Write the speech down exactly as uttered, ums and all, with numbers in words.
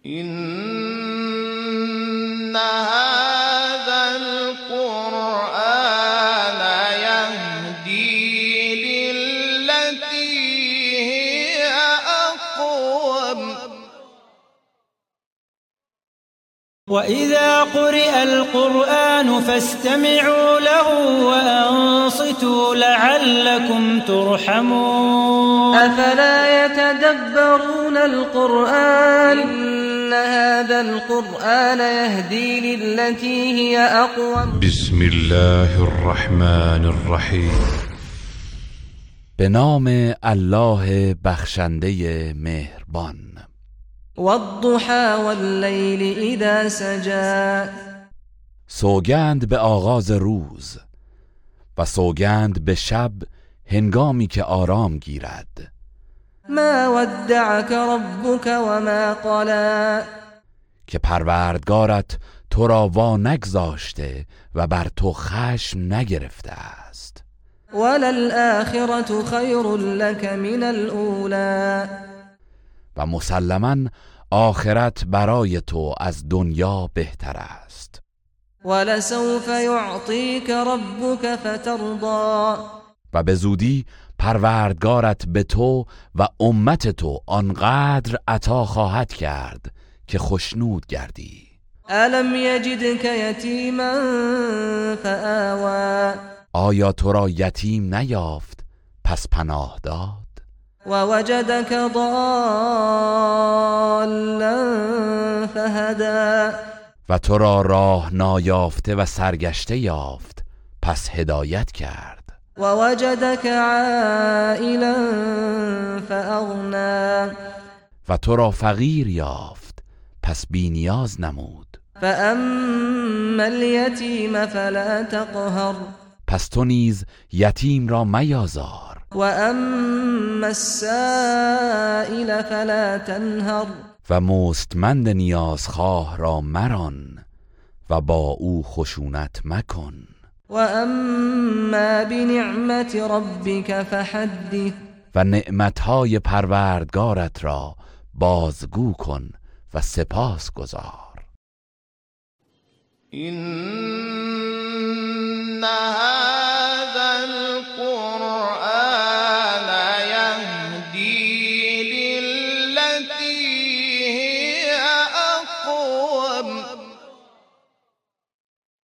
إن هذا القرآن يهدي للتي هي أقوم وإذا قرئ القرآن فاستمعوا له وأنصتوا لعلكم ترحمون أفلا يتدبرون القرآن إن هذا القرآن يهدي للتي هي أقوم بسم الله الرحمن الرحیم. به نام الله بخشنده مهربان. والضحى واللیل اذا سجى. سوگند به آغاز روز و سوگند به شب هنگامی که آرام گیرد. ما ودعك ربك وما قلى. که پروردگارت تو را وا نگذاشته و بر تو خشم نگرفته است. وللآخرة خیر لك من الاولی. و مسلماً آخرت برای تو از دنیا بهتر است. ولسوف يعطيك ربك فترضى. و به زودی پروردگارت به تو و امت تو آنقدر عطا خواهد کرد که خشنود گردی. الم یجدک یتیما فآوى. آیا تو را یتیم نیافت پس پناه داد؟ ووجدك ضالا فهدى. و تو را راه نایافته و سرگشته یافت پس هدایت کرد. ووجدك عائلا فأغنى. و تو را فقیر یافت پس بی نیاز نمود. فأما اليتيم فلا تقهر. پس تو نیز یتیم را میازار. و اما السائل فلا تنهر. و مستمند نیازخواه را مران و با او خشونت مکن. و اما بنعمت ربک فحدث. و نعمتهای پروردگارت را بازگو کن و سپاس گذار. إن